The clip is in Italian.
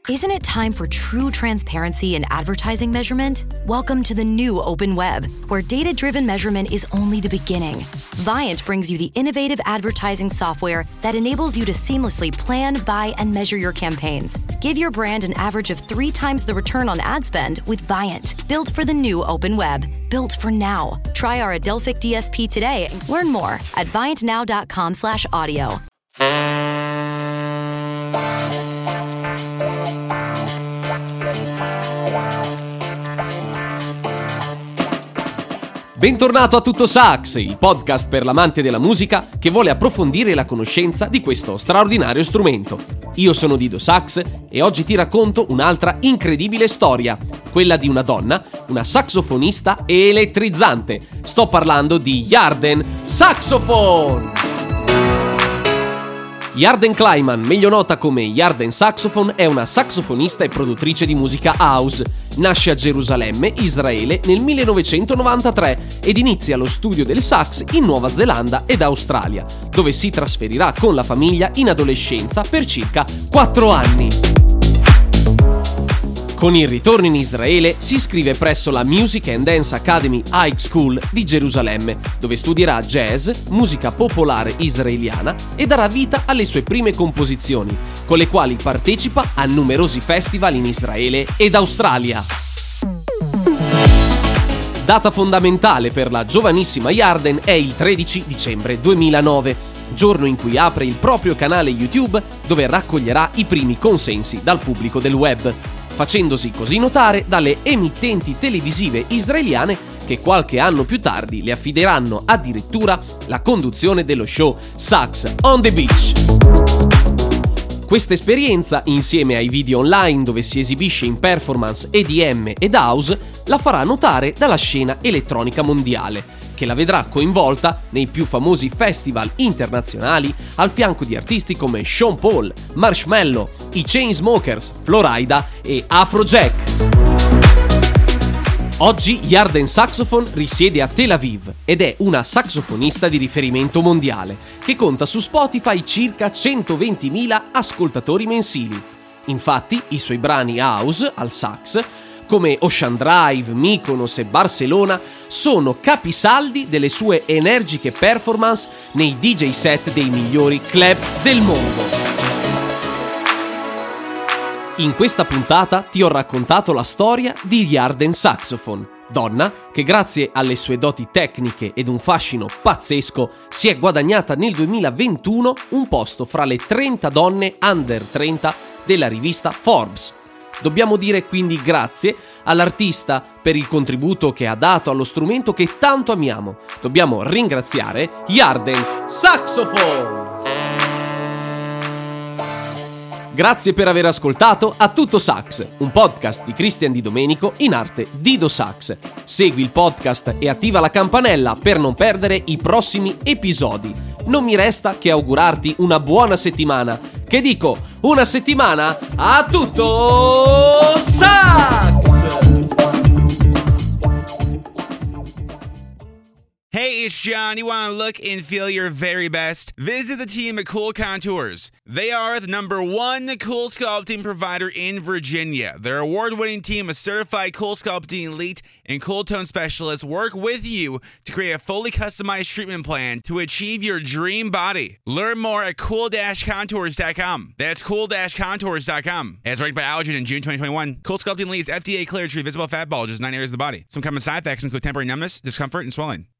Isn't it time for true transparency in advertising measurement? Welcome to the new open web, where data-driven measurement is only the beginning. Viant brings you the innovative advertising software that enables you to seamlessly plan, buy, and measure your campaigns. Give your brand an average of 3 times the return on ad spend with Viant, built for the new open web. Built for now. Try our Adelphic DSP today and learn more at viantnow.com/audio. Bentornato a Tutto Sax, il podcast per l'amante della musica che vuole approfondire la conoscenza di questo straordinario strumento. Io sono Dido Sax e oggi ti racconto un'altra incredibile storia, quella di una donna, una saxofonista elettrizzante. Sto parlando di Yarden Saxophone! Yarden Kleiman, meglio nota come Yarden Saxophone, è una saxofonista e produttrice di musica house. Nasce a Gerusalemme, Israele, nel 1993 ed inizia lo studio del sax in Nuova Zelanda ed Australia, dove si trasferirà con la famiglia in adolescenza per circa 4 anni. Con il ritorno in Israele si iscrive presso la Music and Dance Academy High School di Gerusalemme, dove studierà jazz, musica popolare israeliana e darà vita alle sue prime composizioni, con le quali partecipa a numerosi festival in Israele ed Australia. Data fondamentale per la giovanissima Yarden è il 13 dicembre 2009, giorno in cui apre il proprio canale YouTube dove raccoglierà i primi consensi dal pubblico del web, facendosi così notare dalle emittenti televisive israeliane che qualche anno più tardi le affideranno addirittura la conduzione dello show Sax on the Beach. Questa esperienza, insieme ai video online dove si esibisce in performance EDM ed house, la farà notare dalla scena elettronica mondiale, che la vedrà coinvolta nei più famosi festival internazionali al fianco di artisti come Sean Paul, Marshmello, i Chainsmokers, Florida e Afrojack. Oggi Yarden Saxophone risiede a Tel Aviv ed è una saxofonista di riferimento mondiale che conta su Spotify circa 120.000 ascoltatori mensili. Infatti i suoi brani house al sax, come Ocean Drive, Mykonos e Barcellona, sono capisaldi delle sue energiche performance nei DJ set dei migliori club del mondo. In questa puntata ti ho raccontato la storia di Yarden Saxophone, donna che grazie alle sue doti tecniche ed un fascino pazzesco si è guadagnata nel 2021 un posto fra le 30 donne under 30 della rivista Forbes. Dobbiamo dire quindi grazie all'artista per il contributo che ha dato allo strumento che tanto amiamo. Dobbiamo ringraziare Yarden Saxophone! Grazie per aver ascoltato A Tutto Sax, un podcast di Cristian Di Domenico in arte Dido Sax. Segui il podcast e attiva la campanella per non perdere i prossimi episodi. Non mi resta che augurarti una buona settimana. Che dico, una settimana a tutto sax! Hey, it's John. You want to look and feel your very best? Visit the team at Cool Contours. They are the #1 cool sculpting provider in Virginia. Their award-winning team of certified cool sculpting elite and cool tone specialists work with you to create a fully customized treatment plan to achieve your dream body. Learn more at cool-contours.com. That's cool-contours.com. As ranked by Allergen in June 2021, Cool Sculpting Elite is FDA cleared to treat visible fat bulges in 9 areas of the body. Some common side effects include temporary numbness, discomfort, and swelling.